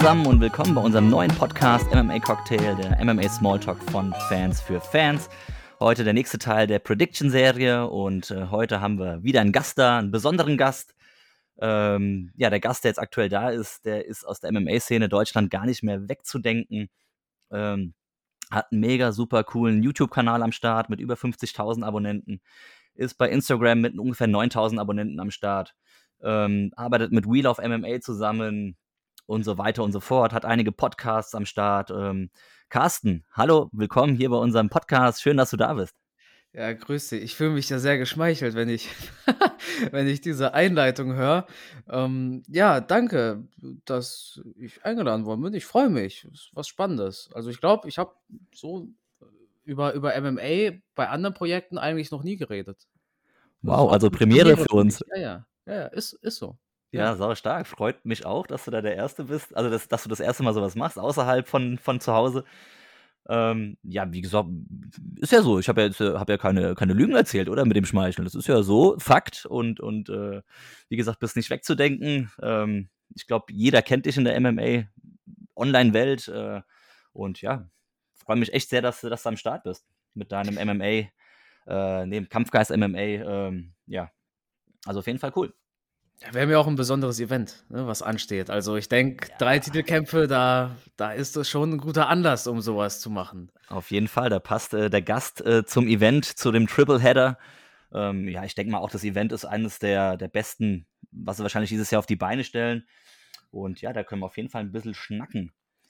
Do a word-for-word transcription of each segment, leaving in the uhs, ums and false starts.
zusammen und willkommen bei unserem neuen Podcast M M A Cocktail, der M M A Smalltalk von Fans für Fans. Heute der nächste Teil der Prediction-Serie und äh, heute haben wir wieder einen Gast da, einen besonderen Gast. Ähm, ja, der Gast, der jetzt aktuell da ist, der ist aus der M M A-Szene Deutschland gar nicht mehr wegzudenken. Ähm, hat einen mega super coolen YouTube-Kanal am Start mit über fünfzigtausend Abonnenten. Ist bei Instagram mit ungefähr neuntausend Abonnenten am Start. Ähm, arbeitet mit Wheel of M M A zusammen und so weiter und so fort. Hat einige Podcasts am Start. Ähm, Carsten, hallo, willkommen hier bei unserem Podcast. Schön, dass du da bist. Ja, grüß dich. Ich fühle mich ja sehr geschmeichelt, wenn ich, wenn ich diese Einleitung höre. Ähm, ja, danke, dass ich eingeladen worden bin. Ich freue mich. Das ist was Spannendes. Also ich glaube, ich habe so über, über M M A bei anderen Projekten eigentlich noch nie geredet. Das ist Wow, auch also eine Premiere für für uns. mich. Ja, ja, ja, ja, ist, ist so. Ja, Ja. sau stark. Freut mich auch, dass du da der Erste bist. Also, dass, dass du das erste Mal sowas machst, außerhalb von, von zu Hause. Ähm, ja, wie gesagt, ist ja so. Ich habe ja, jetzt, äh, hab ja keine, keine Lügen erzählt, oder? Mit dem Schmeicheln. Das ist ja so Fakt. Und, und äh, wie gesagt, bist nicht wegzudenken. Ähm, ich glaube, jeder kennt dich in der M M A-Online-Welt. Äh, und ja, freue mich echt sehr, dass du, dass du am Start bist mit deinem M M A, äh, neben Kampfgeist M M A. Ähm, ja, also auf jeden Fall cool. Ja, wir haben ja auch ein besonderes Event, ne, was ansteht. Also ich denke, drei Ja, Titelkämpfe, da, da ist das schon ein guter Anlass, um sowas zu machen. auf jeden Fall. Da passt äh, der Gast äh, zum Event, zu dem Triple Header. Ähm, ja, ich denke mal auch, das Event ist eines der, der besten, was sie wahrscheinlich dieses Jahr auf die Beine stellen. Und ja, da können wir auf jeden Fall ein bisschen schnacken.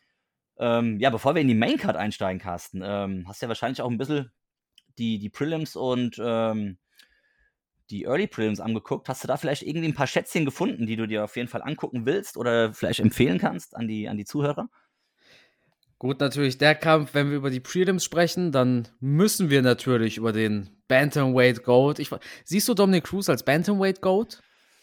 Ähm, ja, bevor wir in die Maincard einsteigen, Carsten, ähm, hast du ja wahrscheinlich auch ein bisschen die, die Prelims und ähm, die Early Prelims angeguckt. Hast du da vielleicht irgendwie ein paar Schätzchen gefunden, die du dir auf jeden Fall angucken willst oder vielleicht empfehlen kannst an die, an die Zuhörer? Gut, natürlich der Kampf, wenn wir über die Prelims sprechen, dann müssen wir natürlich über den Bantamweight Goat. Ich, siehst du Dominic Cruz als Bantamweight Goat?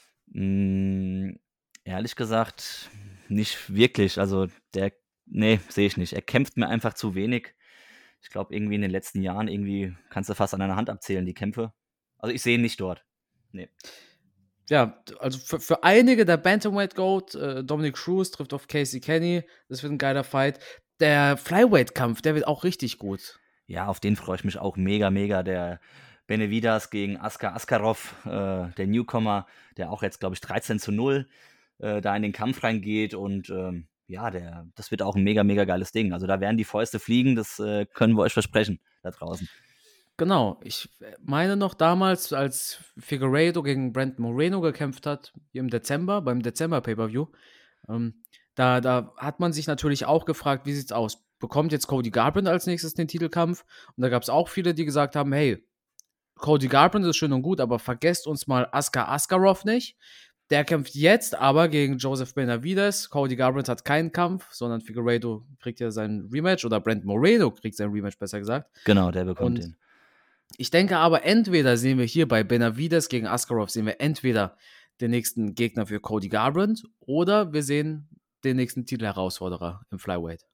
Mm, ehrlich gesagt, nicht wirklich. Also der, nee, sehe ich nicht. Er kämpft mir einfach zu wenig. Ich glaube, irgendwie in den letzten Jahren, irgendwie kannst du fast an einer Hand abzählen, die Kämpfe. Also ich sehe ihn nicht dort. Nee. Ja, also für, für einige der Bantamweight Goat, äh, Dominic Cruz trifft auf Casey Kenny, das wird ein geiler Fight. Der Flyweight-Kampf, der wird auch richtig gut. Ja, auf den freue ich mich auch mega, mega. Der Benavidez gegen Askar Askarov, äh, der Newcomer, der auch jetzt, glaube ich, dreizehn zu null äh, da in den Kampf reingeht. Und ähm, ja, der, das wird auch ein mega, mega geiles Ding. Also da werden die Fäuste fliegen, das äh, können wir euch versprechen da draußen. Genau, ich meine noch damals, als Figueiredo gegen Brandon Moreno gekämpft hat, im Dezember, beim Dezember-Pay-Per-View, ähm, da, da hat man sich natürlich auch gefragt, wie sieht's aus? Bekommt jetzt Cody Garbrandt als nächstes den Titelkampf? Und da gab es auch viele, die gesagt haben, hey, Cody Garbrandt ist schön und gut, aber vergesst uns mal Askar Askarov nicht. Der kämpft jetzt aber gegen Joseph Benavidez. Cody Garbrandt hat keinen Kampf, sondern Figueiredo kriegt ja sein Rematch oder Brandon Moreno kriegt sein Rematch, besser gesagt. Genau, der bekommt Und den. ich denke aber, entweder sehen wir hier bei Benavidez gegen Askarov, sehen wir entweder den nächsten Gegner für Cody Garbrandt oder wir sehen den nächsten Titelherausforderer im Flyweight.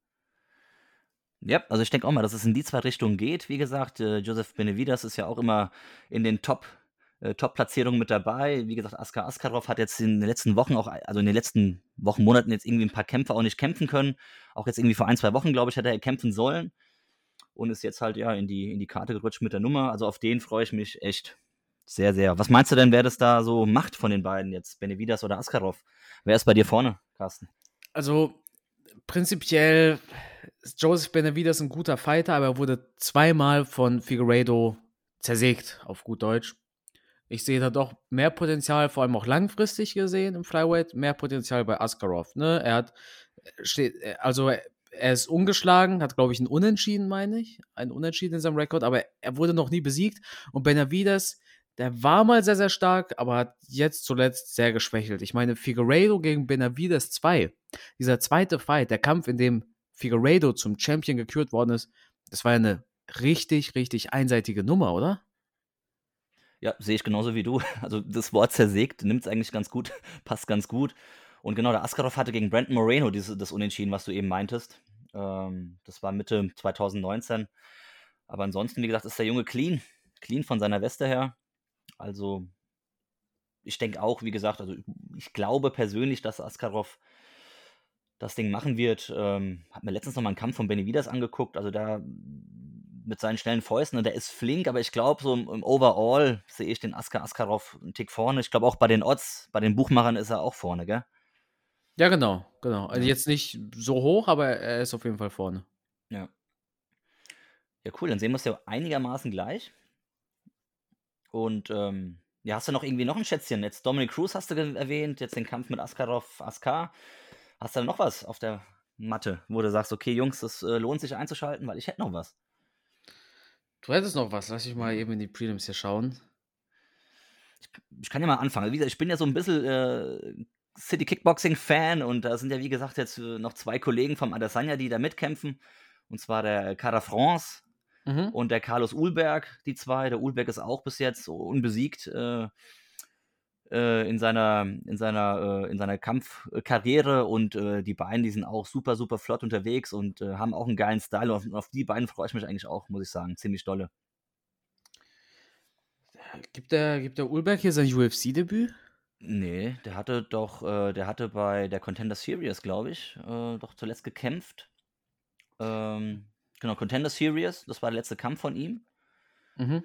Ja, also ich denke auch mal, dass es in die zwei Richtungen geht. Wie gesagt, äh, Joseph Benavidez ist ja auch immer in den Top, äh, Top-Platzierungen mit dabei. Wie gesagt, Askar Askarov hat jetzt in den letzten Wochen auch, also in den letzten Wochen, Monaten jetzt irgendwie ein paar Kämpfe auch nicht kämpfen können. Auch jetzt irgendwie vor ein, zwei Wochen, glaube ich, hätte er kämpfen sollen. Und ist jetzt halt ja in die, in die Karte gerutscht mit der Nummer. Also auf den freue ich mich echt sehr, sehr. Was meinst du denn, wer das da so macht von den beiden jetzt? Benavidez oder Askarov? Wer ist bei dir vorne, Carsten? Also prinzipiell ist Joseph Benavidez ein guter Fighter, aber er wurde zweimal von Figueiredo zersägt, auf gut Deutsch. Ich sehe da doch mehr Potenzial, vor allem auch langfristig gesehen im Flyweight, mehr Potenzial bei Askarov. Ne? Er hat, steht, also er ist ungeschlagen, hat glaube ich ein Unentschieden, meine ich, ein Unentschieden in seinem Rekord, aber er wurde noch nie besiegt. Und Benavidez, der war mal sehr, sehr stark, aber hat jetzt zuletzt sehr geschwächelt. Ich meine, Figueiredo gegen Benavidez zwei, dieser zweite Fight, der Kampf, in dem Figueiredo zum Champion gekürt worden ist, das war eine richtig, richtig einseitige Nummer, oder? Ja, sehe ich genauso wie du. Also das Wort zersägt nimmt es eigentlich ganz gut, passt ganz gut. Und genau, der Askarov hatte gegen Brandon Moreno diese, das Unentschieden, was du eben meintest. Ähm, das war Mitte zwanzig neunzehn. Aber ansonsten, wie gesagt, ist der Junge clean. Clean von seiner Weste her. Also ich denke auch, wie gesagt, also ich glaube persönlich, dass Askarov das Ding machen wird. Ähm, habe mir letztens noch mal einen Kampf von Benavidez angeguckt, also da mit seinen schnellen Fäusten, und der ist flink, aber ich glaube, so im, im Overall sehe ich den Askar Askarov einen Tick vorne. Ich glaube auch bei den Odds, bei den Buchmachern ist er auch vorne, gell? Ja, genau, genau. Also Ja, jetzt nicht so hoch, aber er ist auf jeden Fall vorne. ja. Ja, cool, dann sehen wir es ja einigermaßen gleich. Und ähm, ja, hast du noch irgendwie noch ein Schätzchen? Jetzt Dominic Cruz hast du ge- erwähnt, jetzt den Kampf mit Askarov, Askar. Hast du noch was auf der Matte, wo du sagst, okay, Jungs, das äh, lohnt sich einzuschalten, weil ich hätte noch was. Du hättest noch was. Lass mich mal eben in die Prelims hier schauen. Ich kann ja mal anfangen. Wie gesagt, ich bin ja so ein bisschen äh, City Kickboxing-Fan, und da sind ja, wie gesagt, jetzt äh, noch zwei Kollegen vom Adesanya, die da mitkämpfen. Und zwar der Cara France Mhm. und der Carlos Ulberg, die zwei. Der Ulberg ist auch bis jetzt so unbesiegt äh, äh, in seiner, in seiner, äh, in seiner Kampfkarriere, und äh, die beiden, die sind auch super, super flott unterwegs und äh, haben auch einen geilen Style. Und auf, auf die beiden freue ich mich eigentlich auch, muss ich sagen, ziemlich dolle. Gibt der, gibt der Ulberg hier sein U F C-Debüt? Nee, der hatte doch, äh, der hatte bei der Contender Series, glaube ich, äh, doch zuletzt gekämpft. Ähm, genau, Contender Series, das war der letzte Kampf von ihm. Mhm.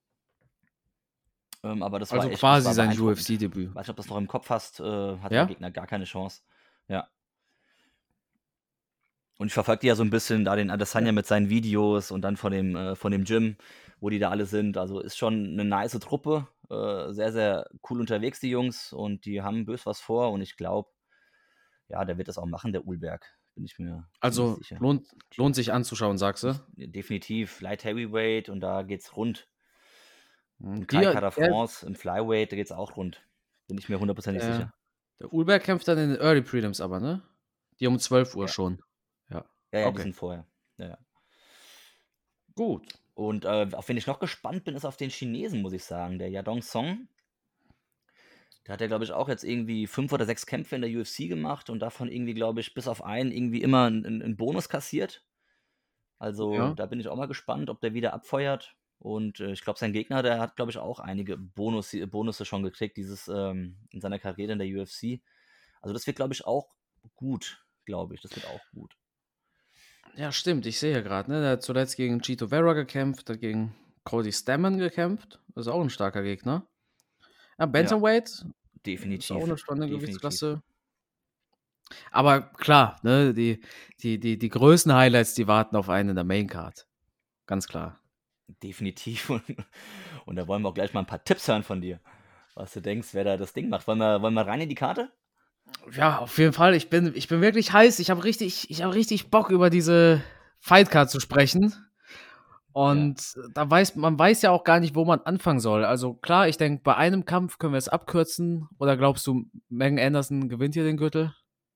Ähm, aber das war Also echt, das quasi war sein U F beeindruckend. C-Debüt. Weiß nicht, ob du das noch im Kopf hast, äh, hatte der Ja? Gegner gar keine Chance. Ja. Und ich verfolge ja so ein bisschen da den Ja. Adesanya mit seinen Videos und dann von dem, äh, von dem Gym, wo die da alle sind. Also ist schon eine nice Truppe. Äh, sehr, sehr cool unterwegs, die Jungs. Und die haben bös was vor. Und ich glaube, ja, der wird das auch machen, der Ulberg. Bin ich mir ziemlich Also sicher. lohnt, lohnt sich anzuschauen, sagst du? Ich, definitiv Light Heavyweight, und da geht's rund. Mhm. Und Die, Kai Kara der, France im Flyweight, da geht's auch rund. Bin ich mir hundertprozentig sicher. der, der Ulberg kämpft dann in den Early Prelims aber, ne? Die um zwölf Uhr Ja, schon. Ja. ja, ja, die Okay. sind vorher. Ja, ja. Gut. Und äh, auf wen ich noch gespannt bin, ist auf den Chinesen, muss ich sagen. Der Yadong Song. Der hat ja, glaube ich, auch jetzt irgendwie fünf oder sechs Kämpfe in der U F C gemacht und davon irgendwie, glaube ich, bis auf einen irgendwie immer einen, einen Bonus kassiert. Also Ja. da bin ich auch mal gespannt, ob der wieder abfeuert. Und äh, ich glaube, sein Gegner, der hat, glaube ich, auch einige Bonus, Bonusse schon gekriegt, dieses ähm, in seiner Karriere in der U F C. Also das wird, glaube ich, auch gut, glaube ich. Das wird auch gut. Ja, stimmt. Ich sehe ja gerade, ne? Der hat zuletzt gegen Chito Vera gekämpft, hat gegen Cody Stammen gekämpft. Das ist auch ein starker Gegner. Ja, Ja, Bantamweight ist auch definitiv. eine spannende Definitiv. Gewichtsklasse. Aber klar, ne, die, die, die, die größten Highlights, die warten auf einen in der Maincard. Ganz klar. Definitiv. Und, und da wollen wir auch gleich mal ein paar Tipps hören von dir, was du denkst, wer da das Ding macht. Wollen wir, wollen wir rein in die Karte? Ja, auf jeden Fall. Ich bin, ich bin wirklich heiß. Ich habe richtig, ich habe richtig Bock, über diese Fightcard zu sprechen. Ja. Und da weiß, man weiß ja auch gar nicht, wo man anfangen soll. Also klar, ich denke, bei einem Kampf können wir es abkürzen. Oder glaubst du, Megan Anderson gewinnt hier den Gürtel?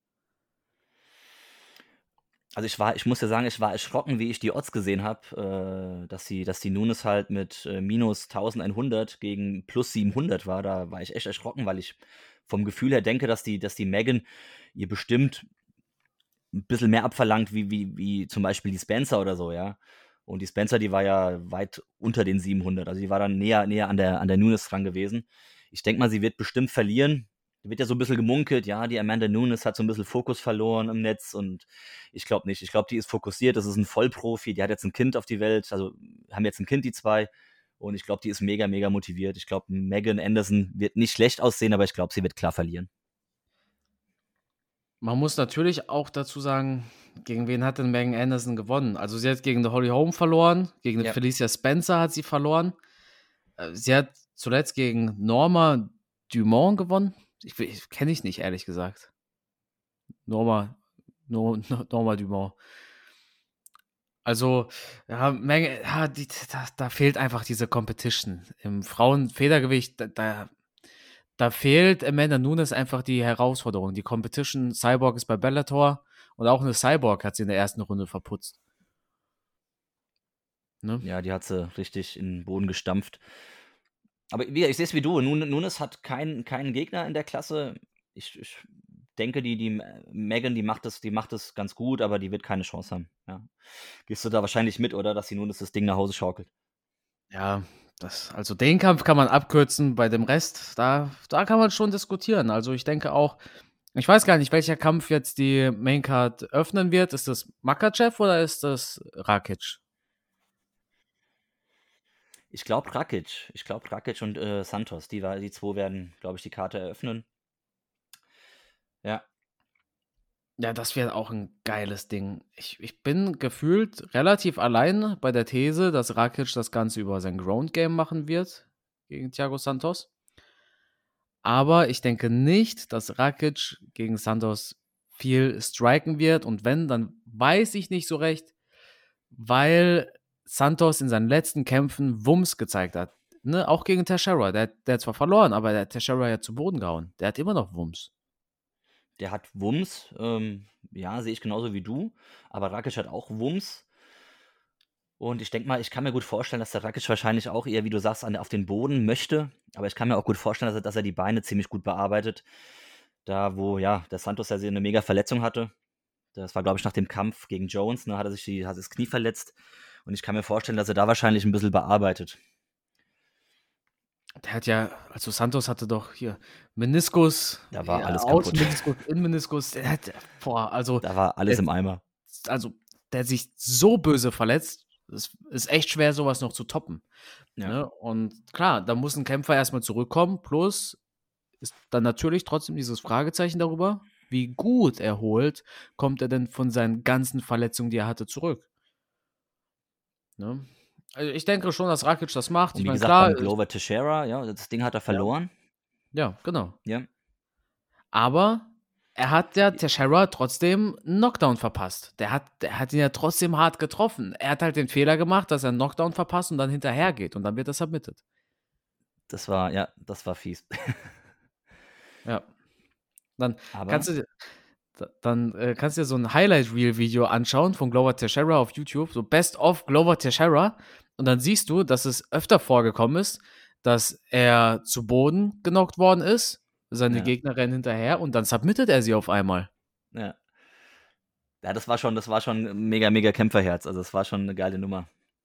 Also ich war, ich muss ja sagen, ich war erschrocken, wie ich die Odds gesehen habe, äh, dass die, dass die Nunes halt mit äh, minus eintausendeinhundert gegen plus siebenhundert war. Da war ich echt erschrocken, weil ich vom Gefühl her denke, dass die, dass die Megan ihr bestimmt ein bisschen mehr abverlangt, wie, wie, wie zum Beispiel die Spencer oder so, ja. Und die Spencer, die war ja weit unter den siebenhundert. Also die war dann näher, näher an der, an der Nunes dran gewesen. Ich denke mal, sie wird bestimmt verlieren. Da wird ja so ein bisschen gemunkelt, ja, die Amanda Nunes hat so ein bisschen Fokus verloren im Netz, und ich glaube nicht. Ich glaube, die ist fokussiert, das ist ein Vollprofi, die hat jetzt ein Kind auf die Welt, also haben jetzt ein Kind, die zwei, und ich glaube, die ist mega, mega motiviert. Ich glaube, Megan Anderson wird nicht schlecht aussehen, aber ich glaube, sie wird klar verlieren. Man muss natürlich auch dazu sagen, gegen wen hat denn Megan Anderson gewonnen? Also sie hat gegen eine Holly Holm verloren, gegen eine Ja. Felicia Spencer hat sie verloren. Äh, Sie hat zuletzt gegen Norma Dumont gewonnen. Ich, ich kenne ich nicht, ehrlich gesagt. Norma, no, no, Norma Dumont. Also, ja, Menge, ja die, da, da fehlt einfach diese Competition. Im Frauenfedergewicht, da, da, da fehlt Amanda Nunes einfach die Herausforderung. Die Competition, Cyborg ist bei Bellator und auch eine Cyborg hat sie in der ersten Runde verputzt. Ne? Ja, die hat sie richtig in den Boden gestampft. Aber wie, ich sehe es wie du. Nun, Nunes hat keinen keinen Gegner in der Klasse. Ich, ich denke, die, die Megan, die macht das, die macht das ganz gut, aber die wird keine Chance haben. Ja. Gehst du da wahrscheinlich mit, oder? Dass die Nunes das Ding nach Hause schaukelt. Ja, das, also den Kampf kann man abkürzen. Bei dem Rest, da, da kann man schon diskutieren. Also ich denke auch, Ich weiß gar nicht, welcher Kampf jetzt die Maincard öffnen wird. Ist das Makhachev oder ist das Rakic? Ich glaube Rakic. Ich glaube Rakic und äh, Santos. Die, war- die zwei werden, glaube ich, die Karte eröffnen. Ja, Ja, das wäre auch ein geiles Ding. Ich, ich bin gefühlt relativ allein bei der These, dass Rakic das Ganze über sein Ground Game machen wird gegen Thiago Santos. Aber ich denke nicht, dass Rakic gegen Santos viel striken wird. Und wenn, dann weiß ich nicht so recht, weil Santos in seinen letzten Kämpfen Wumms gezeigt hat. Ne? Auch gegen Teixeira. Der, der hat zwar verloren, aber der hat Teixeira ja zu Boden gehauen. Der hat immer noch Wumms. der hat Wumms. Ähm, ja, sehe ich genauso wie du. Aber Rakic hat auch Wumms. Und ich denke mal, ich kann mir gut vorstellen, dass der Rakic wahrscheinlich auch eher, wie du sagst, an, auf den Boden möchte. Aber ich kann mir auch gut vorstellen, dass er, dass er die Beine ziemlich gut bearbeitet. Da, wo, ja, der Santos ja eine mega Verletzung hatte. Das war, glaube ich, nach dem Kampf gegen Jones, ne, hat er sich die, hat das Knie verletzt. Und ich kann mir vorstellen, dass er da wahrscheinlich ein bisschen bearbeitet. Der hat ja, also Santos hatte doch hier Meniskus, Da war ja, alles kaputt. Außenmeniskus, Innenmeniskus. Der hat, boah, also, Da war alles der, im Eimer. also, der hat sich so böse verletzt. Es ist echt schwer, sowas noch zu toppen. Ja. Ne? Und klar, da muss ein Kämpfer erstmal zurückkommen. Plus ist dann natürlich trotzdem dieses Fragezeichen darüber, wie gut erholt kommt er denn von seinen ganzen Verletzungen, die er hatte, zurück. Ne? Also ich denke schon, dass Rakic das macht. Und Ich wie meine, gesagt, klar, beim ist- Glover Teixeira, ja, das Ding hat er ja, verloren. ja, genau. Ja. Aber er hat ja Teixeira trotzdem einen Knockdown verpasst. Der hat, der hat ihn ja trotzdem hart getroffen. Er hat halt den Fehler gemacht, dass er einen Knockdown verpasst und dann hinterher geht und dann wird er submitted. Das war, ja, das war fies. Ja. Dann Aber kannst du dir, da- dann äh, kannst du dir so ein Highlight-Reel-Video anschauen von Glover Teixeira auf YouTube, so Best of Glover Teixeira. Und dann siehst du, dass es öfter vorgekommen ist, dass er zu Boden genockt worden ist, seine ja, Gegner rennen hinterher und dann submittet er sie auf einmal. ja. Ja, das war schon, das war schon ein mega, mega Kämpferherz. Also das war schon eine geile Nummer.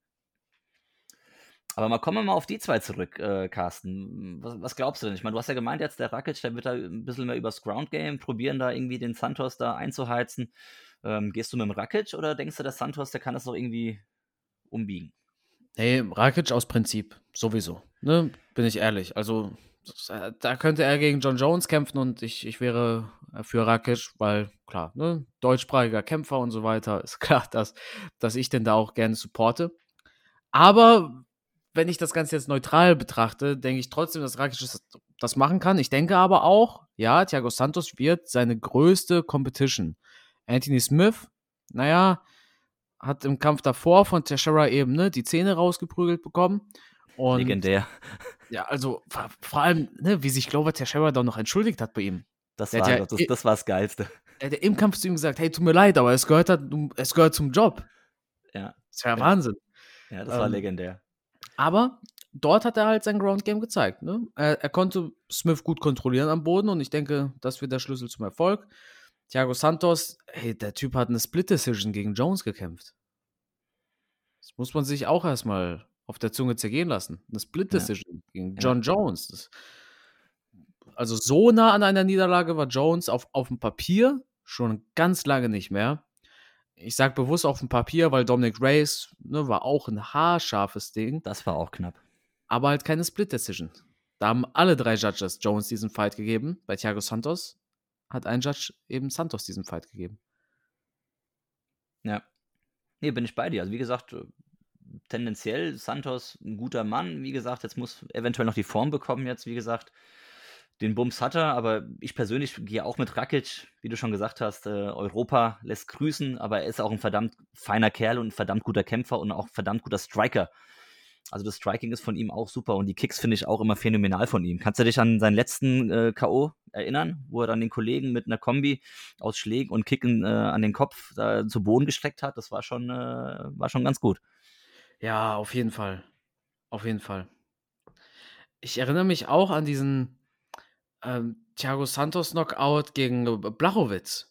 Aber mal kommen wir mal auf die zwei zurück, äh, Carsten. Was, was glaubst du denn? Ich meine, du hast ja gemeint jetzt, der Rakic, der wird da ein bisschen mehr übers Ground Game probieren, da irgendwie den Santos da einzuheizen. Ähm, gehst du mit dem Rakic oder denkst du, der Santos, der kann das noch irgendwie umbiegen? Hey, Rakic aus Prinzip, sowieso. Ne? Bin ich ehrlich. Also, das, äh, da könnte er gegen John Jones kämpfen und ich, ich wäre äh, für Rakic, weil, klar, ne, deutschsprachiger Kämpfer und so weiter, ist klar, dass, dass ich den da auch gerne supporte. Aber wenn ich das Ganze jetzt neutral betrachte, denke ich trotzdem, dass Rakic das, das machen kann. Ich denke aber auch, ja, Thiago Santos wird seine größte Competition. Anthony Smith, naja, hat im Kampf davor von Teixeira eben ne, die Zähne rausgeprügelt bekommen. Und Legendär. ja, also vor, vor allem, ne, wie sich Glover Teixeira da noch entschuldigt hat bei ihm. Das Der hat war, ja das, i- das war das Geilste. Er hat ja im Kampf zu ihm gesagt, hey, tut mir leid, aber es gehört, halt, es gehört zum Job. Ja, Das wäre ja, Wahnsinn. ja, das war Ähm, legendär. aber dort hat er halt sein Ground Game gezeigt. Ne? Er, er konnte Smith gut kontrollieren am Boden und ich denke, das wird der Schlüssel zum Erfolg. Thiago Santos, hey, der Typ hat eine Split Decision gegen Jones gekämpft. Das muss man sich auch erstmal auf der Zunge zergehen lassen. Eine Split Ja, Decision gegen ja. John Jones. Das, also so nah an einer Niederlage war Jones auf, auf dem Papier schon ganz lange nicht mehr. Ich sage bewusst auf dem Papier, weil Dominic Reyes ne, war auch ein haarscharfes Ding, Das war auch knapp. aber halt keine Split Decision. Da haben alle drei Judges Jones diesen Fight gegeben. Bei Thiago Santos hat ein Judge eben Santos diesen Fight gegeben. Ja. Nee, bin ich bei dir. Also wie gesagt, äh, tendenziell Santos ein guter Mann. Wie gesagt, jetzt muss eventuell noch die Form bekommen jetzt, wie gesagt. Den Bums hat er, aber ich persönlich gehe auch mit Rakic, wie du schon gesagt hast, äh, Europa lässt grüßen, aber er ist auch ein verdammt feiner Kerl und ein verdammt guter Kämpfer und auch ein verdammt guter Striker. Also das Striking ist von ihm auch super und die Kicks finde ich auch immer phänomenal von ihm. Kannst du dich an seinen letzten äh, K O erinnern, wo er dann den Kollegen mit einer Kombi aus Schlägen und Kicken äh, an den Kopf da zu Boden gestreckt hat? Das war schon, äh, war schon ganz gut. Ja, auf jeden Fall. Auf jeden Fall. Ich erinnere mich auch an diesen ähm, Thiago Santos Knockout gegen äh, Blachowicz.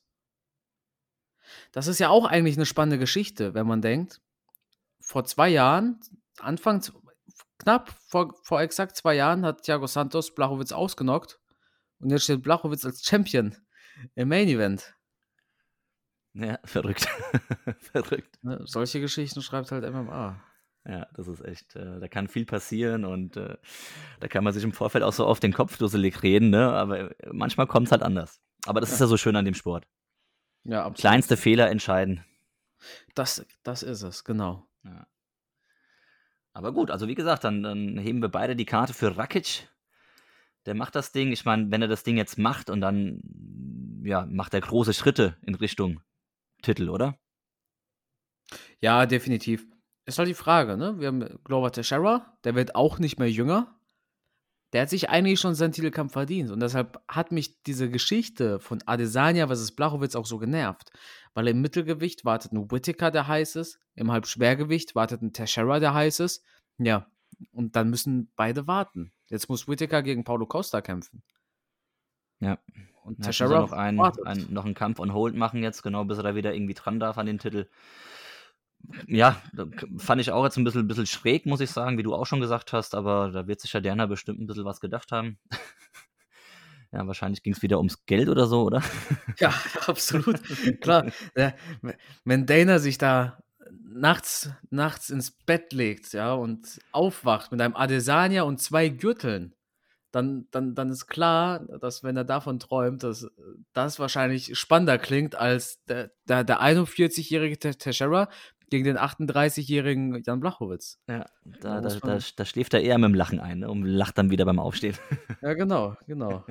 Das ist ja auch eigentlich eine spannende Geschichte, wenn man denkt, vor zwei Jahren, Anfang, z- knapp vor, vor exakt zwei Jahren hat Thiago Santos Blachowicz ausgenockt und jetzt steht Blachowicz als Champion im Main Event. Ja, verrückt. verrückt. Ne? Solche Geschichten schreibt halt M M A. Ja, das ist echt, äh, da kann viel passieren und äh, da kann man sich im Vorfeld auch so auf den Kopf dusselig reden, ne? Aber äh, manchmal kommt es halt anders. Aber das ist ja so schön an dem Sport. Ja, absolut. Kleinste Fehler entscheiden. Das, das ist es, genau. Ja. Aber gut, also wie gesagt, dann, dann heben wir beide die Karte für Rakic. Der macht das Ding. Ich meine, wenn er das Ding jetzt macht und dann ja, macht er große Schritte in Richtung Titel, oder? Ja, definitiv. Ist halt die Frage, ne? Wir haben Glover Teixeira, der wird auch nicht mehr jünger. Der hat sich eigentlich schon seinen Titelkampf verdient. Und deshalb hat mich diese Geschichte von Adesanya versus Blachowicz auch so genervt. Weil im Mittelgewicht wartet ein Whittaker, der heiß ist. Im Halbschwergewicht wartet ein Teixeira, der heiß ist. Ja, und dann müssen beide warten. Jetzt muss Whittaker gegen Paulo Costa kämpfen. Ja. Und Ja, Teixeira noch, einen, wartet. einen, noch einen Kampf on hold machen jetzt, genau, bis er da wieder irgendwie dran darf an den Titel. Ja, da k- fand ich auch jetzt ein bisschen, bisschen schräg, muss ich sagen, wie du auch schon gesagt hast, aber da wird sich ja Derner bestimmt ein bisschen was gedacht haben. Ja, wahrscheinlich ging es wieder ums Geld oder so, oder? Ja, absolut. Klar. Der, wenn Dana sich da nachts, nachts ins Bett legt, ja, und aufwacht mit einem Adesanya und zwei Gürteln, dann, dann, dann ist klar, dass wenn er davon träumt, dass das wahrscheinlich spannender klingt als der, der, der einundvierzig-jährige Te- Teixeira gegen den achtunddreißig-jährigen Jan Blachowicz. Ja, Da da, da, muss da, man, da schläft er eher mit dem Lachen ein, ne? Und lacht dann wieder beim Aufstehen. ja, genau, genau.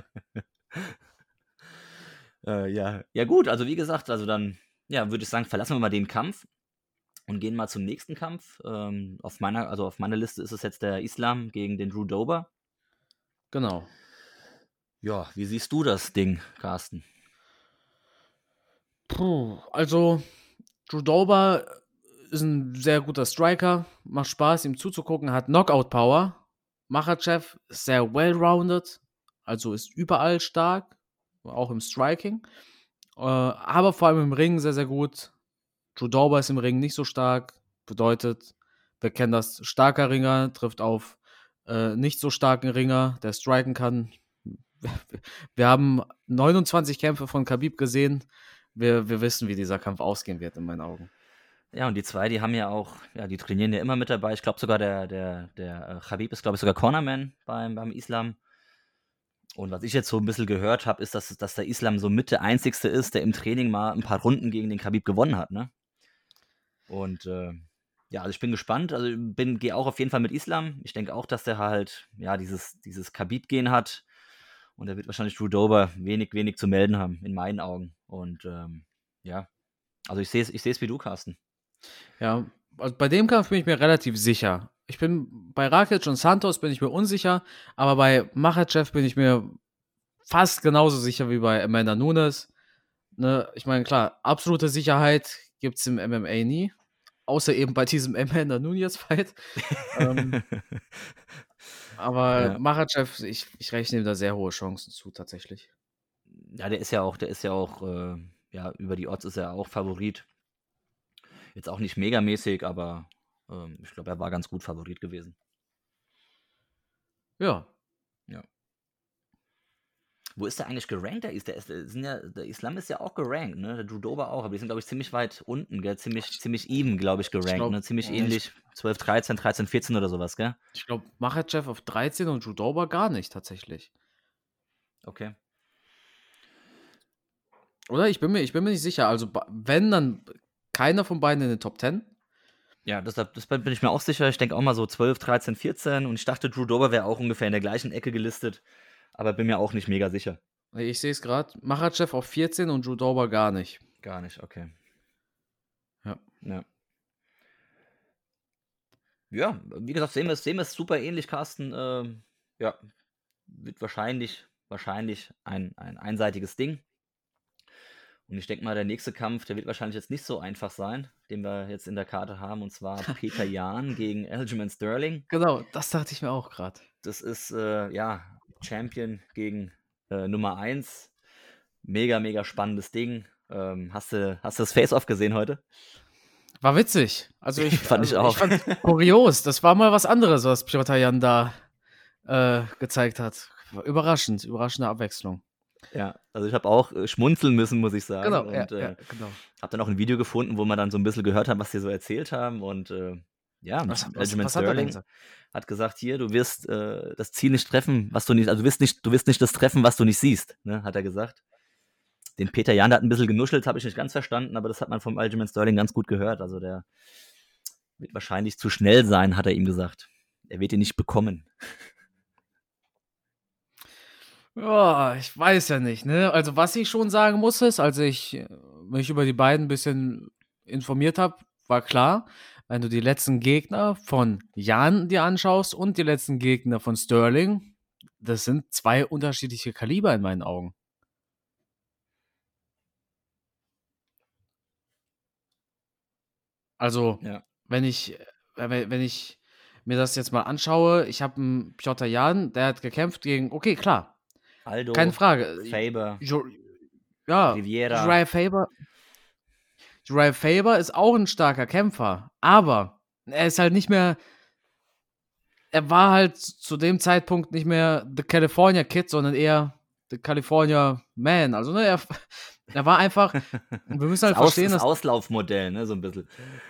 Äh, ja. Ja, gut, also wie gesagt, also dann, ja, würde ich sagen, verlassen wir mal den Kampf und gehen mal zum nächsten Kampf. Ähm, auf meiner, also auf meiner Liste ist es jetzt der Islam gegen den Drew Dober. Genau. Ja, wie siehst du das Ding, Carsten? Puh, also Drew Dober ist ein sehr guter Striker, macht Spaß, ihm zuzugucken, hat Knockout-Power. Makhachev ist sehr well-rounded, also ist überall stark, auch im Striking. Äh, aber vor allem im Ring sehr, sehr gut. Drew Dober ist im Ring nicht so stark, bedeutet, wir kennen das, starker Ringer trifft auf äh, nicht so starken Ringer, der striken kann. Wir haben neunundzwanzig Kämpfe von Khabib gesehen. Wir, wir wissen, wie dieser Kampf ausgehen wird, in meinen Augen. Ja, und die zwei, die haben ja auch, ja, die trainieren ja immer mit dabei. Ich glaube sogar, der, der, der äh, Khabib ist, glaube ich, sogar Cornerman beim, beim Islam. Und was ich jetzt so ein bisschen gehört habe, ist, dass, dass der Islam so mit der Einzigste ist, der im Training mal ein paar Runden gegen den Khabib gewonnen hat, ne? Und äh, ja, also ich bin gespannt. Also bin, gehe auch auf jeden Fall mit Islam. Ich denke auch, dass der halt, ja, dieses, dieses Khabib-Gen hat. Und er wird wahrscheinlich Drew Dober wenig, wenig zu melden haben, in meinen Augen. Und ähm, ja, also ich sehe es ich sehe es wie du, Carsten. Ja, also bei dem Kampf bin ich mir relativ sicher. Ich bin bei Rakic und Santos bin ich mir unsicher, aber bei Makhachev bin ich mir fast genauso sicher wie bei Amanda Nunes. Ne, ich meine, klar, absolute Sicherheit gibt es im M M A nie. Außer eben bei diesem Amanda Nunes-Fight. ähm, aber Ja. Makhachev, ich, ich rechne ihm da sehr hohe Chancen zu, tatsächlich. Ja, der ist ja auch, der ist ja auch, äh, ja, über die Odds ist er auch Favorit. Jetzt auch nicht megamäßig, aber ähm, ich glaube, er war ganz gut Favorit gewesen. Ja. Ja. Wo ist der eigentlich gerankt? Der, ist, der, ist, der, sind ja, der Islam ist ja auch gerankt, ne? Der Drew Dober auch, aber die sind, glaube ich, ziemlich weit unten, gell? Ziemlich, ziemlich even, glaube ich, gerankt, glaub, ne? Ziemlich ja, ähnlich. zwölf, dreizehn, dreizehn, vierzehn oder sowas, gell? Ich glaube, Makhachev auf dreizehn und Drew Dober gar nicht, tatsächlich. Okay. Oder? Ich bin mir, ich bin mir nicht sicher. Also, ba- wenn, dann keiner von beiden in den Top zehn. Ja, deshalb das bin ich mir auch sicher. Ich denke auch mal so zwölf, dreizehn, vierzehn und ich dachte, Drew Dober wäre auch ungefähr in der gleichen Ecke gelistet, aber bin mir auch nicht mega sicher. Nee, Ich sehe es gerade. Makhachev auf vierzehn und Drew Dober gar nicht. Gar nicht, okay. Ja. Ja. Ja, wie gesagt, sehen wir es, sehen wir es super ähnlich, Carsten. Ähm, ja, wird wahrscheinlich, wahrscheinlich ein, ein einseitiges Ding. Und ich denke mal, der nächste Kampf, der wird wahrscheinlich jetzt nicht so einfach sein, den wir jetzt in der Karte haben, und zwar Peter Yan gegen Aljamain Sterling. Genau, das dachte ich mir auch gerade. Das ist, äh, ja, Champion gegen äh, Nummer eins. Mega, mega spannendes Ding. Ähm, hast du, hast du das Face-Off gesehen heute? War witzig. Also ich Fand ich also auch. Ich fand kurios. Das war mal was anderes, was Piotr Jan da äh, gezeigt hat. War überraschend, überraschende Abwechslung. Ja, also ich habe auch äh, schmunzeln müssen, muss ich sagen. Genau, ja, Und ja, äh, genau. habe dann auch ein Video gefunden, wo man dann so ein bisschen gehört hat, was die so erzählt haben. Und äh, ja, Was, was, Aljamain was hat er denn Sterling gesagt? hat gesagt, hier, du wirst äh, das Ziel nicht treffen, was du nicht, also du wirst nicht, du wirst nicht das treffen, was du nicht siehst, ne, hat er gesagt. Den Peter Jan, der hat ein bisschen genuschelt, habe ich nicht ganz verstanden, aber das hat man vom Aljamain Sterling ganz gut gehört. Also der wird wahrscheinlich zu schnell sein, hat er ihm gesagt. Er wird ihn nicht bekommen. Ja, ich weiß ja nicht, ne? Also, was ich schon sagen muss, ist, als ich äh, mich über die beiden ein bisschen informiert habe, war klar, wenn du die letzten Gegner von Jan dir anschaust und die letzten Gegner von Sterling, das sind zwei unterschiedliche Kaliber in meinen Augen. Also, Ja. wenn ich, äh, wenn wenn ich mir das jetzt mal anschaue, ich habe einen Piotr Jan, der hat gekämpft gegen, okay, klar, keine Aldo, Frage. Faber, Jo ja, Riviera. Uriah Faber Uriah Faber ist auch ein starker Kämpfer, aber er ist halt nicht mehr er war halt zu dem Zeitpunkt nicht mehr The California Kid, sondern eher The California Man. Also, ne, er er war einfach wir müssen Das, halt Aus, verstehen, das dass Auslaufmodell, ne, so ein bisschen.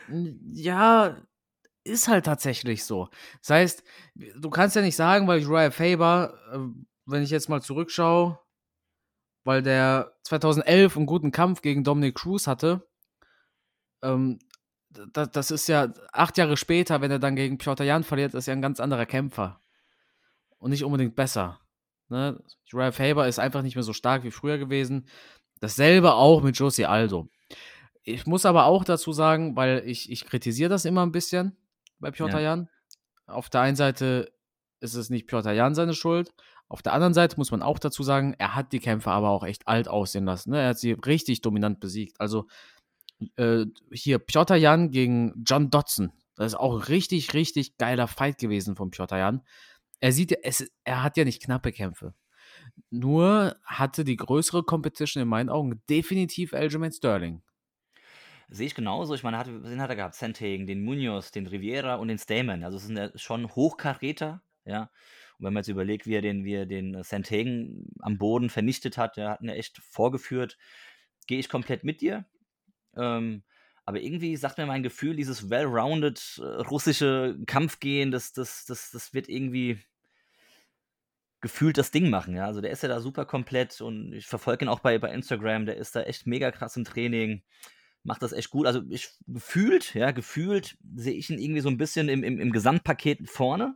ja, ist halt tatsächlich so. Das heißt, du kannst ja nicht sagen, weil Uriah Faber, äh, wenn ich jetzt mal zurückschaue, weil der zweitausendelf 'n guten Kampf gegen Dominick Cruz hatte, ähm, da das ist ja acht Jahre später, wenn er dann gegen Piotr Jan verliert, ist ja 'n ganz anderer Kämpfer und nicht unbedingt besser, ne? Uriah Faber ist einfach nicht mehr so stark wie früher gewesen. Dasselbe auch mit Jose Aldo. Ich muss aber auch dazu sagen, weil ich ich kritisiere das immer 'n bisschen bei Piotr Ja. Jan. Auf der einen Seite ist es nicht Piotr Jan seine Schuld. Auf der anderen Seite muss man auch dazu sagen, er hat die Kämpfer aber auch echt alt aussehen lassen, ne? Er hat sie richtig dominant besiegt. Also, äh, hier Piotr Jan gegen John Dodson. Das ist auch 'n richtig, richtig geiler Fight gewesen von Piotr Jan. Er sieht ja es er hat ja nicht knappe Kämpfe. Nur hatte die größere Competition in meinen Augen definitiv Aljamain Sterling. Sehe ich genauso. Ich meine, er hatte, wen hat er gehabt? Sandhagen, den Munoz, den Riviera und den Stamen. Also es sind ja schon Hochkaräter, ja. Und wenn man jetzt überlegt, wie er den, wie er den äh, Sandhagen am Boden vernichtet hat, der hat ihn ja echt vorgeführt, gehe ich komplett mit dir. Ähm, aber irgendwie sagt mir mein Gefühl, dieses well-rounded äh, russische Kampfgehen, das, das, das, das wird irgendwie gefühlt das Ding machen, ja. Also der ist ja da super komplett und ich verfolge ihn auch bei, bei Instagram, der ist da echt mega krass im Training, macht das echt gut. Also ich gefühlt, ja, gefühlt sehe ich ihn irgendwie so ein bisschen im, im, im Gesamtpaket vorne.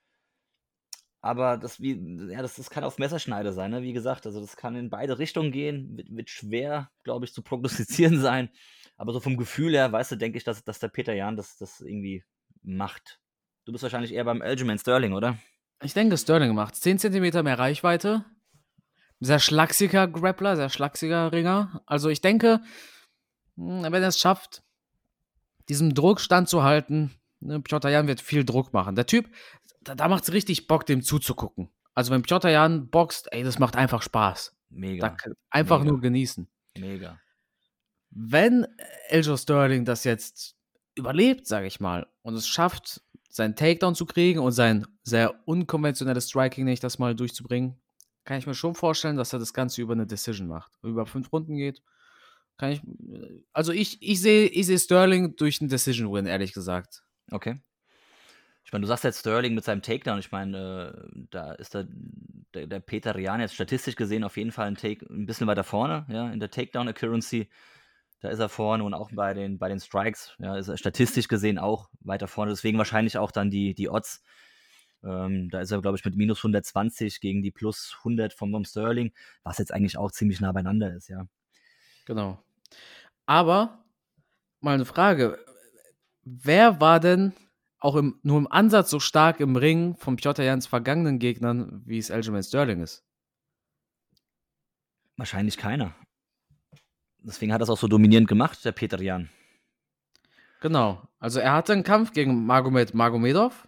Aber das, wie, ja, das, das kann auf Messerschneide sein, ne? Wie gesagt, also das kann in beide Richtungen gehen, wird, wird schwer, glaube ich, zu prognostizieren sein. Aber so vom Gefühl her, weißt du, denke ich, dass, dass der Peter Jan das, das irgendwie macht. Du bist wahrscheinlich eher beim Aljamain Sterling, oder? Ich denke, Sterling macht zehn Zentimeter mehr Reichweite. Sehr schlachsiger Grappler, sehr schlachsiger Ringer. Also ich denke, hm, wenn er es schafft, diesem Druck standzuhalten, ne, Piotr Jan wird viel Druck machen. Der Typ, da, da macht es richtig Bock, dem zuzugucken. Also wenn Piotr Jan boxt, ey, das macht einfach Spaß. Da Mega, kann, einfach nur mega, genießen. mega. Wenn Eljo Sterling das jetzt überlebt, sage ich mal, und es schafft, seinen Takedown zu kriegen und sein sehr unkonventionelles Striking, nicht das mal durchzubringen, kann ich mir schon vorstellen, dass er das Ganze über eine Decision macht. Über fünf Runden geht. Kann ich. Also ich, ich sehe ich seh Sterling durch einen Decision-Win, ehrlich gesagt. Okay. Ich meine, du sagst jetzt Sterling mit seinem Takedown. Ich meine, äh, da ist der, der, der Peter Yan jetzt statistisch gesehen auf jeden Fall ein, Take, ein bisschen weiter vorne, ja, in der Takedown-Accuracy. Da ist er vorne und auch bei den, bei den Strikes, ja, ist er statistisch gesehen auch weiter vorne. Deswegen wahrscheinlich auch dann die, die Odds. Ähm, da ist er, glaube ich, mit minus hundertzwanzig gegen die plus hundert von Tom Sterling, was jetzt eigentlich auch ziemlich nah beieinander ist, ja. Genau. Aber mal eine Frage. Wer war denn auch im, nur im Ansatz so stark im Ring von Piotr Jans vergangenen Gegnern, wie es Aljamain Sterling ist? Wahrscheinlich keiner. Deswegen hat er es auch so dominierend gemacht, der Peter Jan. Genau. Also er hatte einen Kampf gegen Magomed Magomedov.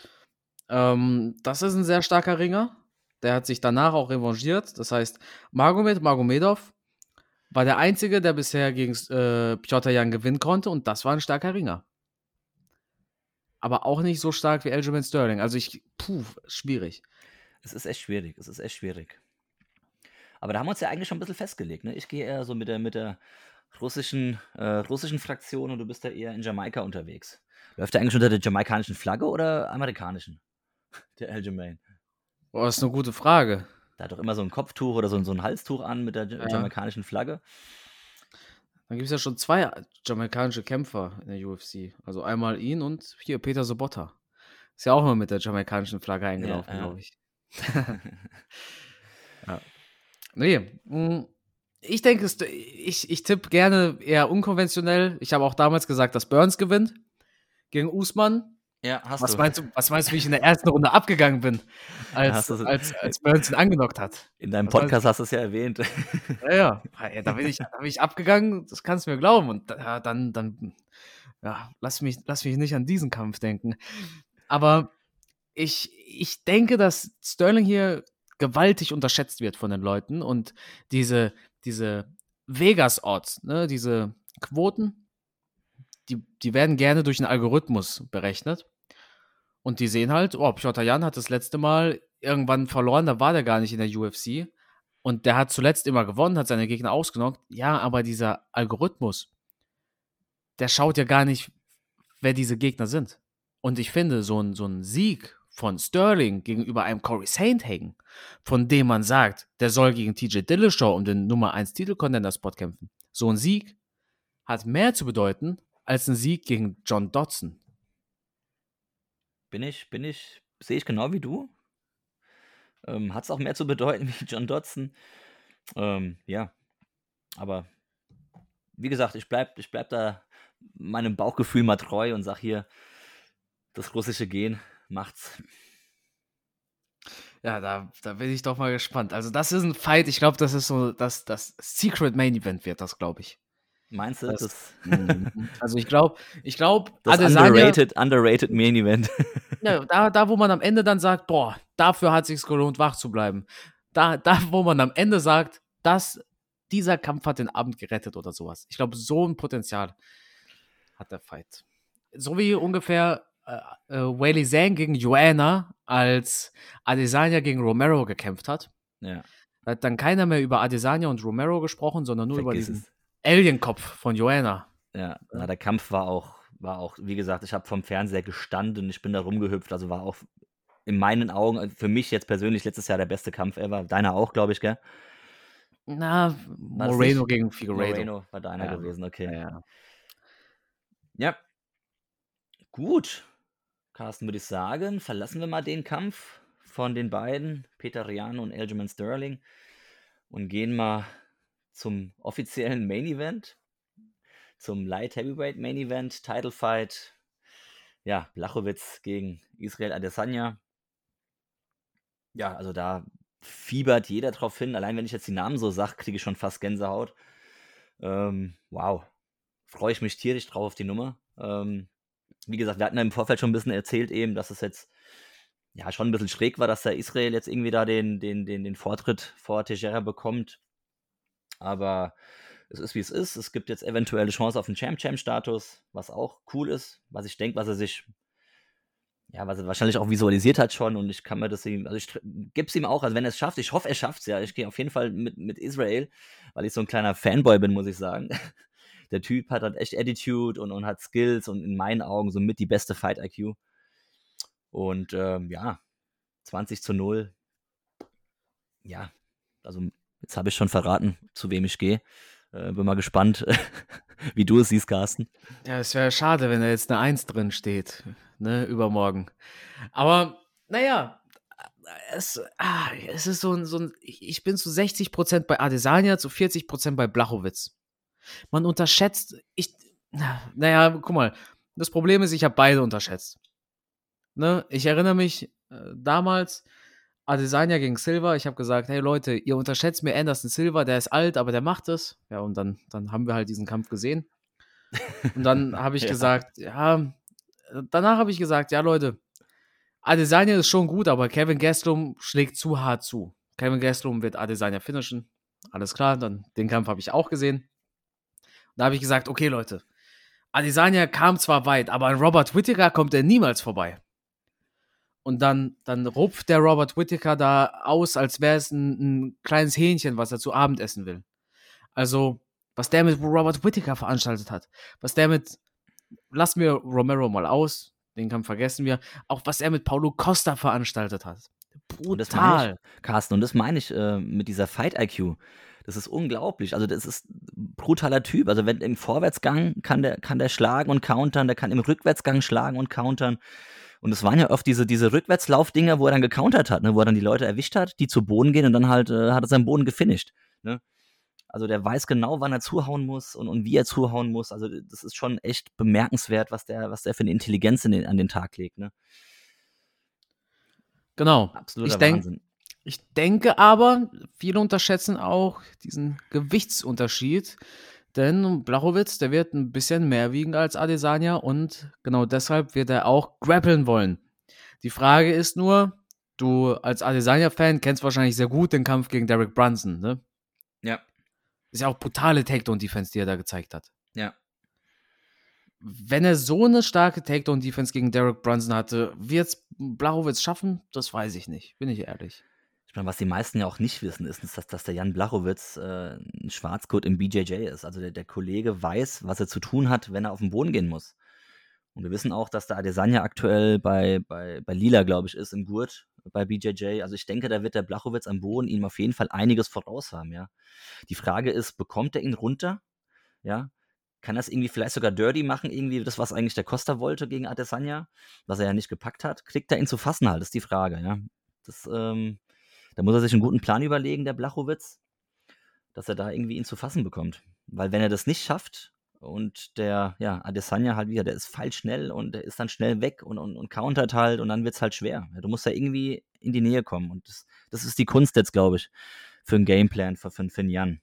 Ähm, das ist ein sehr starker Ringer. Der hat sich danach auch revanchiert. Das heißt, Magomed Magomedov war der Einzige, der bisher gegen äh, Piotr Jan gewinnen konnte und das war ein starker Ringer. Aber auch nicht so stark wie Aljamain Sterling. Also ich, puh, schwierig. Es ist echt schwierig, es ist echt schwierig. Aber da haben wir uns ja eigentlich schon ein bisschen festgelegt, ne? Ich gehe eher so mit der, mit der russischen, äh, russischen Fraktion und du bist da eher in Jamaika unterwegs. Läuft der eigentlich unter der jamaikanischen Flagge oder amerikanischen? Der Aljamain. Boah, das ist eine gute Frage. Der hat doch immer so ein Kopftuch oder so, so ein Halstuch an mit der ja. jamaikanischen Flagge. Dann gibt es ja schon zwei jamaikanische Kämpfer in der U F C. Also einmal ihn und hier Peter Sobotta. Ist ja auch immer mit der jamaikanischen Flagge eingelaufen, ja, ja. glaube ich. ja. Nee, ich denke, ich, ich tippe gerne eher unkonventionell. Ich habe auch damals gesagt, dass Burns gewinnt gegen Usman. Ja, hast was du. Meinst du. Was meinst du, wie ich in der ersten Runde abgegangen bin, als, als, als Burns ihn angenockt hat? In deinem was Podcast hast du es ja erwähnt. Ja, ja. ja da, bin ich, da bin ich abgegangen, das kannst du mir glauben. Und ja, dann, dann ja, lass mich, lass mich nicht an diesen Kampf denken. Aber ich, ich denke, dass Sterling hier gewaltig unterschätzt wird von den Leuten. Und diese, diese Vegas-Odds, ne, diese Quoten, die, die werden gerne durch einen Algorithmus berechnet. Und die sehen halt, oh, Piotr Jan hat das letzte Mal irgendwann verloren, da war der gar nicht in der U F C. Und der hat zuletzt immer gewonnen, hat seine Gegner ausgenockt. Ja, aber dieser Algorithmus, der schaut ja gar nicht, wer diese Gegner sind. Und ich finde, so ein, so ein Sieg von Sterling gegenüber einem Corey Sandhagen, von dem man sagt, der soll gegen T J Dillashaw um den Nummer eins Titel-Contender-Spot kämpfen. So ein Sieg hat mehr zu bedeuten als ein Sieg gegen John Dodson. Bin ich, bin ich, sehe ich genau wie du. Ähm, hat es auch mehr zu bedeuten wie John Dodson. Ähm, ja, aber wie gesagt, ich bleib, ich bleib da meinem Bauchgefühl mal treu und sag hier, das russische Gen macht's. Ja, da, da bin ich doch mal gespannt. Also das ist ein Fight, ich glaube, das ist so, das, das Secret Main Event wird das, glaube ich. Meinst du das? das also ich glaube, ich glaube, das underrated, underrated Main Event. ja, da, da, wo man am Ende dann sagt, boah, dafür hat es sich gelohnt, wach zu bleiben. Da, da, wo man am Ende sagt, dass dieser Kampf hat den Abend gerettet oder sowas. Ich glaube, so ein Potenzial hat der Fight. So wie ungefähr äh, äh, Weili Zhang gegen Joanna, als Adesanya gegen Romero gekämpft hat. Ja. Da hat dann keiner mehr über Adesanya und Romero gesprochen, sondern nur Vergiss über diesen Alien-Kopf von Joanna. Ja, na, der Kampf war auch, war auch, wie gesagt, ich habe vom Fernseher gestanden, ich bin da rumgehüpft, also war auch in meinen Augen, für mich jetzt persönlich letztes Jahr der beste Kampf ever. Deiner auch, glaube ich, gell? Na, Moreno gegen Figueiredo. Moreno war deiner ja. gewesen, okay. Ja, ja. ja. Gut. Carsten, würde ich sagen, verlassen wir mal den Kampf von den beiden, Peter Yan und Aljamain Sterling, und gehen mal zum offiziellen Main Event, zum Light Heavyweight Main Event, Title Fight, ja, Blachowicz gegen Israel Adesanya. Ja, also da fiebert jeder drauf hin. Allein wenn ich jetzt die Namen so sage, kriege ich schon fast Gänsehaut. Ähm, wow, freue ich mich tierisch drauf auf die Nummer. Ähm, wie gesagt, wir hatten ja im Vorfeld schon ein bisschen erzählt eben, dass es jetzt ja schon ein bisschen schräg war, dass der Israel jetzt irgendwie da den, den, den, den Vortritt vor Teixeira bekommt. Aber es ist, wie es ist. Es gibt jetzt eventuelle Chance auf einen Champ-Champ-Status, was auch cool ist, was ich denke, was er sich, ja, was er wahrscheinlich auch visualisiert hat schon, und ich kann mir das ihm, also ich gebe es ihm auch, also wenn er es schafft, ich hoffe, er schafft es ja. Ich gehe auf jeden Fall mit, mit Israel, weil ich so ein kleiner Fanboy bin, muss ich sagen. Der Typ hat halt echt Attitude und, und hat Skills und in meinen Augen somit die beste Fight-I Q. Und ähm, ja, zwanzig zu null. Ja, also jetzt habe ich schon verraten, zu wem ich gehe. Äh, bin mal gespannt, wie du es siehst, Carsten. Ja, es wäre schade, wenn da jetzt eine eins drin steht, ne, übermorgen. Aber, naja, es, ah, es ist so ein, so ein, ich bin zu sechzig Prozent bei Adesanya, zu vierzig Prozent bei Blachowicz. Man unterschätzt, ich, naja, guck mal, das Problem ist, ich habe beide unterschätzt. Ne? Ich erinnere mich äh, damals, Adesanya gegen Silva, ich habe gesagt, hey Leute, ihr unterschätzt mir Anderson Silva, der ist alt, aber der macht es. Ja, und dann, dann haben wir halt diesen Kampf gesehen. Und dann habe ich ja. gesagt, ja, danach habe ich gesagt, ja Leute, Adesanya ist schon gut, aber Kevin Gastelum schlägt zu hart zu. Kevin Gastelum wird Adesanya finishen. Alles klar, dann den Kampf habe ich auch gesehen. Da habe ich gesagt, okay Leute, Adesanya kam zwar weit, aber an Robert Whittaker kommt er niemals vorbei. und dann, dann rupft der Robert Whittaker da aus, als wäre es ein, ein kleines Hähnchen, was er zu Abend essen will. Also, was der mit Robert Whittaker veranstaltet hat, was der mit, lassen wir Romero mal aus, den Kampf vergessen wir, auch was er mit Paulo Costa veranstaltet hat. Und das meine Brutal. ich, Carsten, und das meine ich äh, mit dieser Fight-I Q. Das ist unglaublich. Also, das ist ein brutaler Typ. Also, wenn im Vorwärtsgang kann der, kann der schlagen und countern, der kann im Rückwärtsgang schlagen und countern. Und es waren ja oft diese, diese Rückwärtslaufdinger, wo er dann gecountert hat, ne? Wo er dann die Leute erwischt hat, die zu Boden gehen und dann halt äh, hat er seinen Boden gefinisht. Ne? Also der weiß genau, wann er zuhauen muss und, und wie er zuhauen muss. Also das ist schon echt bemerkenswert, was der, was der für eine Intelligenz in den, an den Tag legt. Ne? Genau. Absoluter Ich denk, Wahnsinn. Ich denke aber, viele unterschätzen auch diesen Gewichtsunterschied, denn Blachowicz, der wird ein bisschen mehr wiegen als Adesanya und genau deshalb wird er auch grappeln wollen. Die Frage ist nur, du als Adesanya-Fan kennst wahrscheinlich sehr gut den Kampf gegen Derek Brunson, ne? Ja. Ist ja auch brutale Takedown-Defense, die er da gezeigt hat. Ja. Wenn er so eine starke Takedown-Defense gegen Derek Brunson hatte, wird es Blachowicz schaffen? Das weiß ich nicht, bin ich ehrlich. Ich meine, was die meisten ja auch nicht wissen, ist, dass, dass der Jan Blachowicz äh, ein Schwarzgurt im B J J ist. Also der, der Kollege weiß, was er zu tun hat, wenn er auf den Boden gehen muss. Und wir wissen auch, dass der Adesanya aktuell bei, bei, bei Lila, glaube ich, ist im Gurt bei B J J. Also ich denke, da wird der Blachowicz am Boden ihm auf jeden Fall einiges voraus haben, ja. Die Frage ist, bekommt er ihn runter? Ja. Kann das irgendwie vielleicht sogar dirty machen, irgendwie das, was eigentlich der Costa wollte gegen Adesanya, was er ja nicht gepackt hat? Kriegt er ihn zu fassen halt, ist die Frage, ja. Das, ähm, da muss er sich einen guten Plan überlegen, der Blachowicz, dass er da irgendwie ihn zu fassen bekommt. Weil wenn er das nicht schafft und der, ja, Adesanya halt wieder, der ist feilschnell und der ist dann schnell weg und, und, und countert halt und dann wird es halt schwer. Ja, du musst ja irgendwie in die Nähe kommen und das, das ist die Kunst jetzt, glaube ich, für einen Gameplan, für, für, für einen Jan.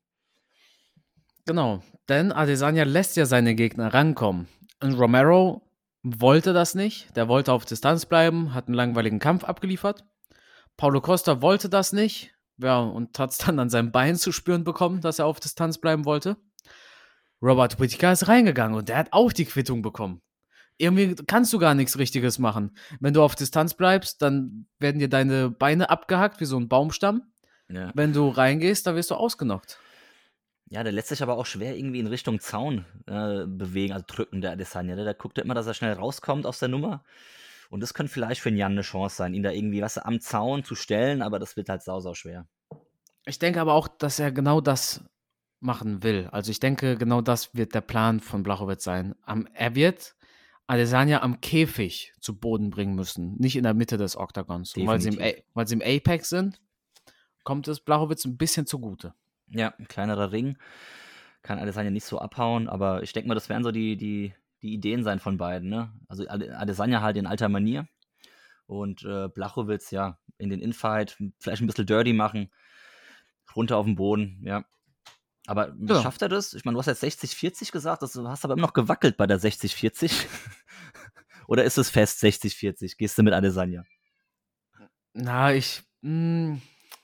Genau, denn Adesanya lässt ja seine Gegner rankommen. Und Romero wollte das nicht. Der wollte auf Distanz bleiben, hat einen langweiligen Kampf abgeliefert. Paulo Costa wollte das nicht. Ja, und hat es dann an seinem Bein zu spüren bekommen, dass er auf Distanz bleiben wollte. Robert Whittaker ist reingegangen und der hat auch die Quittung bekommen. Irgendwie kannst du gar nichts Richtiges machen. Wenn du auf Distanz bleibst, dann werden dir deine Beine abgehackt wie so ein Baumstamm. Ja. Wenn du reingehst, dann wirst du ausgenockt. Ja, der lässt sich aber auch schwer irgendwie in Richtung Zaun äh, bewegen, also drücken, der Adesanya. Der, der guckt ja immer, dass er schnell rauskommt aus der Nummer. Und das könnte vielleicht für einen Jan eine Chance sein, ihn da irgendwie, was am Zaun zu stellen, aber das wird halt sau, sau schwer. Ich denke aber auch, dass er genau das machen will. Also ich denke, genau das wird der Plan von Blachowicz sein. Am, er wird Adesanya am Käfig zu Boden bringen müssen, nicht in der Mitte des Oktagons. Und weil sie, im, A- weil sie im Apex sind, kommt es Blachowicz ein bisschen zugute. Ja, ein kleinerer Ring. Kann Adesanya nicht so abhauen, aber ich denke mal, das werden so die, die, die Ideen sein von beiden. Ne? Also Ade- Adesanya halt in alter Manier und äh, Blachowicz, ja, in den Infight, vielleicht ein bisschen dirty machen, runter auf den Boden, ja. Aber Ja. schafft er das? Ich meine, du hast jetzt sechzig vierzig gesagt, das, du hast aber immer noch gewackelt bei der sechzig vierzig. Oder ist es fest sechzig vierzig? Gehst du mit Adesanya? Na, ich. Mh,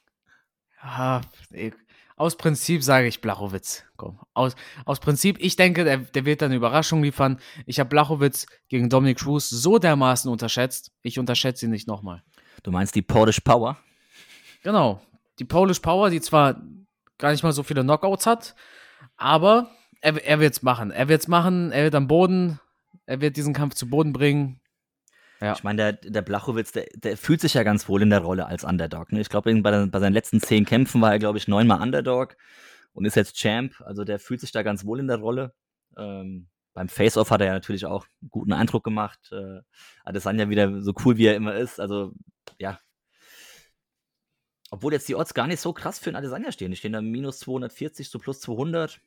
ja, ich, aus Prinzip sage ich Blachowicz. Komm, aus, aus Prinzip, ich denke, der, der wird eine Überraschung liefern. Ich habe Blachowicz gegen Dominic Cruz so dermaßen unterschätzt. Ich unterschätze ihn nicht nochmal. Du meinst die Polish Power? Genau. Die Polish Power, die zwar gar nicht mal so viele Knockouts hat, aber er, er wird es machen. Er wird es machen, er wird am Boden, er wird diesen Kampf zu Boden bringen. Ja. Ich meine, der, der Blachowicz, der, der fühlt sich ja ganz wohl in der Rolle als Underdog. Ne? Ich glaube, bei, bei seinen letzten zehn Kämpfen war er, glaube ich, neunmal Underdog und ist jetzt Champ. Also der fühlt sich da ganz wohl in der Rolle. Ähm, beim Face-Off hat er ja natürlich auch einen guten Eindruck gemacht. Äh, Adesanya wieder so cool, wie er immer ist. Also, ja. Obwohl jetzt die Odds gar nicht so krass für einen Adesanya stehen. Die stehen da minus zweihundertvierzig zu plus zweihundert.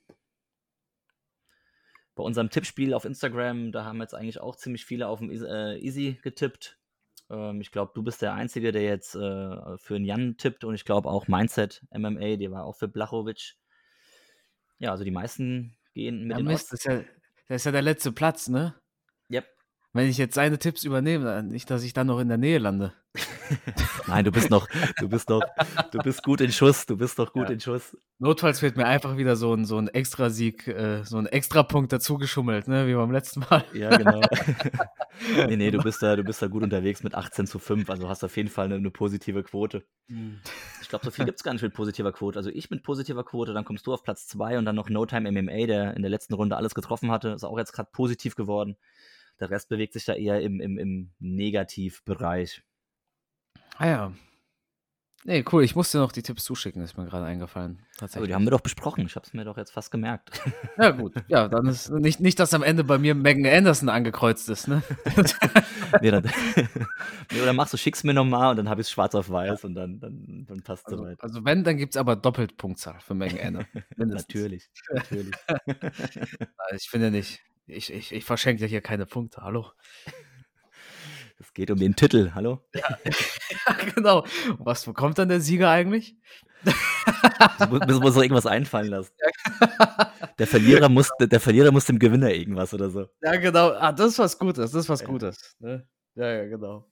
Bei unserem Tippspiel auf Instagram, da haben jetzt eigentlich auch ziemlich viele auf dem äh, Easy getippt. Ähm, ich glaube, du bist der Einzige, der jetzt äh, für einen Jan tippt und ich glaube auch Mindset M M A, der war auch für Blachowicz. Ja, also die meisten gehen mit Ja, den Mist, Odds. das ist, ja, das ist ja der letzte Platz, ne? Yep. Wenn ich jetzt seine Tipps übernehme, dann nicht, dass ich dann noch in der Nähe lande. Nein, du bist noch, du bist noch, du bist gut in Schuss, du bist doch gut Ja. in Schuss. Notfalls wird mir einfach wieder so ein, so ein Extrasieg, äh, so ein Extrapunkt dazu geschummelt, ne, wie beim letzten Mal. Ja, genau. nee, nee, du bist da, du bist da gut unterwegs mit achtzehn zu fünf, also hast auf jeden Fall eine, eine positive Quote. Hm. Ich glaube, so viel gibt es gar nicht mit positiver Quote. Also ich mit positiver Quote, dann kommst du auf Platz zwei und dann noch No Time M M A, der in der letzten Runde alles getroffen hatte, ist auch jetzt gerade positiv geworden. Der Rest bewegt sich da eher im, im, im Negativbereich. Ah ja. Nee, cool. Ich muss dir noch die Tipps zuschicken, ist mir gerade eingefallen. Aber Tatsächlich. die haben wir doch besprochen. Ich habe es mir doch jetzt fast gemerkt. Ja, gut. Ja, dann ist nicht, nicht, dass am Ende bei mir Megan Anderson angekreuzt ist, ne? nee, dann, nee, oder machst du, schick's mir nochmal und dann habe ich es schwarz auf weiß und dann, dann, dann passt es Also, soweit. also wenn, dann gibt es aber doppelt Punktzahl für Megan Anderson. Mindestens. Natürlich, natürlich. Also ich finde nicht. Ich, ich, ich verschenke hier keine Punkte. Hallo. Es geht um den Titel, hallo? Ja, genau. Und was bekommt dann der Sieger eigentlich? Das muss, müssen wir uns doch irgendwas einfallen lassen. Der Verlierer, muss, der Verlierer muss dem Gewinner irgendwas oder so. Ja, genau. Ah, das ist was Gutes. Das ist was Ja. Gutes. Ne? Ja, ja, genau.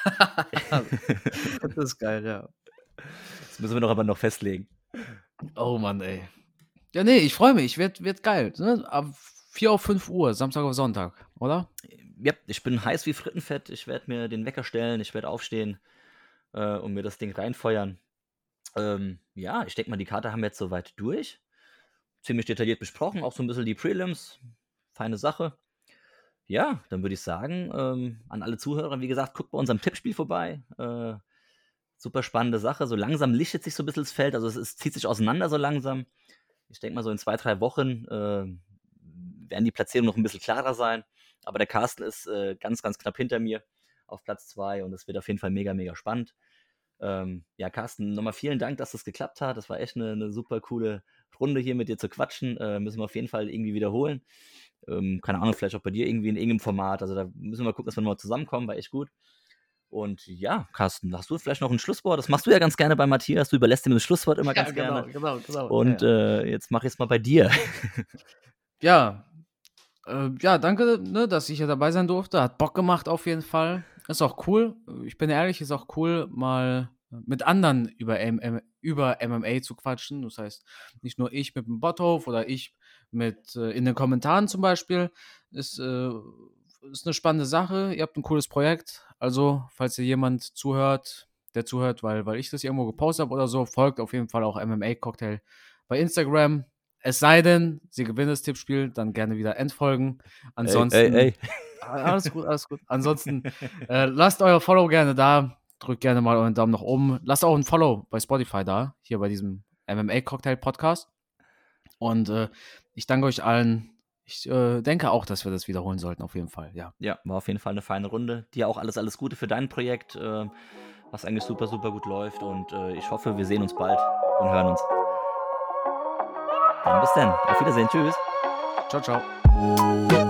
Das ist geil, ja. Das müssen wir doch aber noch festlegen. Oh Mann, ey. Ja, nee, ich freue mich. Wird, wird geil. Ne? Ab vier auf fünf Uhr, Samstag auf Sonntag, oder? Ja, ich bin heiß wie Frittenfett. Ich werde mir den Wecker stellen, ich werde aufstehen äh, und mir das Ding reinfeuern. Ähm, ja, ich denke mal, die Karte haben wir jetzt soweit durch. Ziemlich detailliert besprochen, auch so ein bisschen die Prelims. Feine Sache. Ja, dann würde ich sagen, ähm, an alle Zuhörer, wie gesagt, guckt bei unserem Tippspiel vorbei. Äh, super spannende Sache. So langsam lichtet sich so ein bisschen das Feld, also es, es zieht sich auseinander so langsam. Ich denke mal, so in zwei, drei Wochen äh, werden die Platzierungen noch ein bisschen klarer sein. Aber der Carsten ist äh, ganz, ganz knapp hinter mir auf Platz zwei und es wird auf jeden Fall mega, mega spannend. Ähm, ja, Carsten, nochmal vielen Dank, dass das geklappt hat. Das war echt eine, eine super coole Runde hier mit dir zu quatschen. Äh, müssen wir auf jeden Fall irgendwie wiederholen. Ähm, keine Ahnung, vielleicht auch bei dir irgendwie in irgendeinem Format. Also da müssen wir gucken, dass wir nochmal zusammenkommen. War echt gut. Und ja, Carsten, hast du vielleicht noch ein Schlusswort? Das machst du ja ganz gerne bei Matthias. Du überlässt ihm das Schlusswort immer Ja, ganz genau, gerne. genau, genau. Und Ja, ja. äh, jetzt mache ich es mal bei dir. Ja, äh, ja, danke, ne, dass ich hier dabei sein durfte. Hat Bock gemacht auf jeden Fall. Ist auch cool. Ich bin ehrlich, ist auch cool, mal mit anderen über, M M über M M A zu quatschen. Das heißt, nicht nur ich mit dem Bothof oder ich mit äh, in den Kommentaren zum Beispiel. Ist, äh, ist eine spannende Sache. Ihr habt ein cooles Projekt. Also, falls ihr jemand zuhört, der zuhört, weil, weil ich das irgendwo gepostet habe oder so, folgt auf jeden Fall auch M M A Cocktail bei Instagram. Es sei denn, sie gewinnen das Tippspiel, dann gerne wieder entfolgen. Ansonsten. Ey, ey, ey. Alles gut, alles gut. Ansonsten äh, lasst euer Follow gerne da. Drückt gerne mal euren Daumen nach oben. Lasst auch ein Follow bei Spotify da, hier bei diesem M M A Cocktail Podcast. Und äh, ich danke euch allen. Ich äh, denke auch, dass wir das wiederholen sollten, auf jeden Fall. Ja, Ja, war auf jeden Fall eine feine Runde. Dir auch alles, alles Gute für dein Projekt, äh, was eigentlich super, super gut läuft. Und äh, ich hoffe, wir sehen uns bald und hören uns. Dann bis dann. Auf Wiedersehen. Tschüss. ciao, ciao.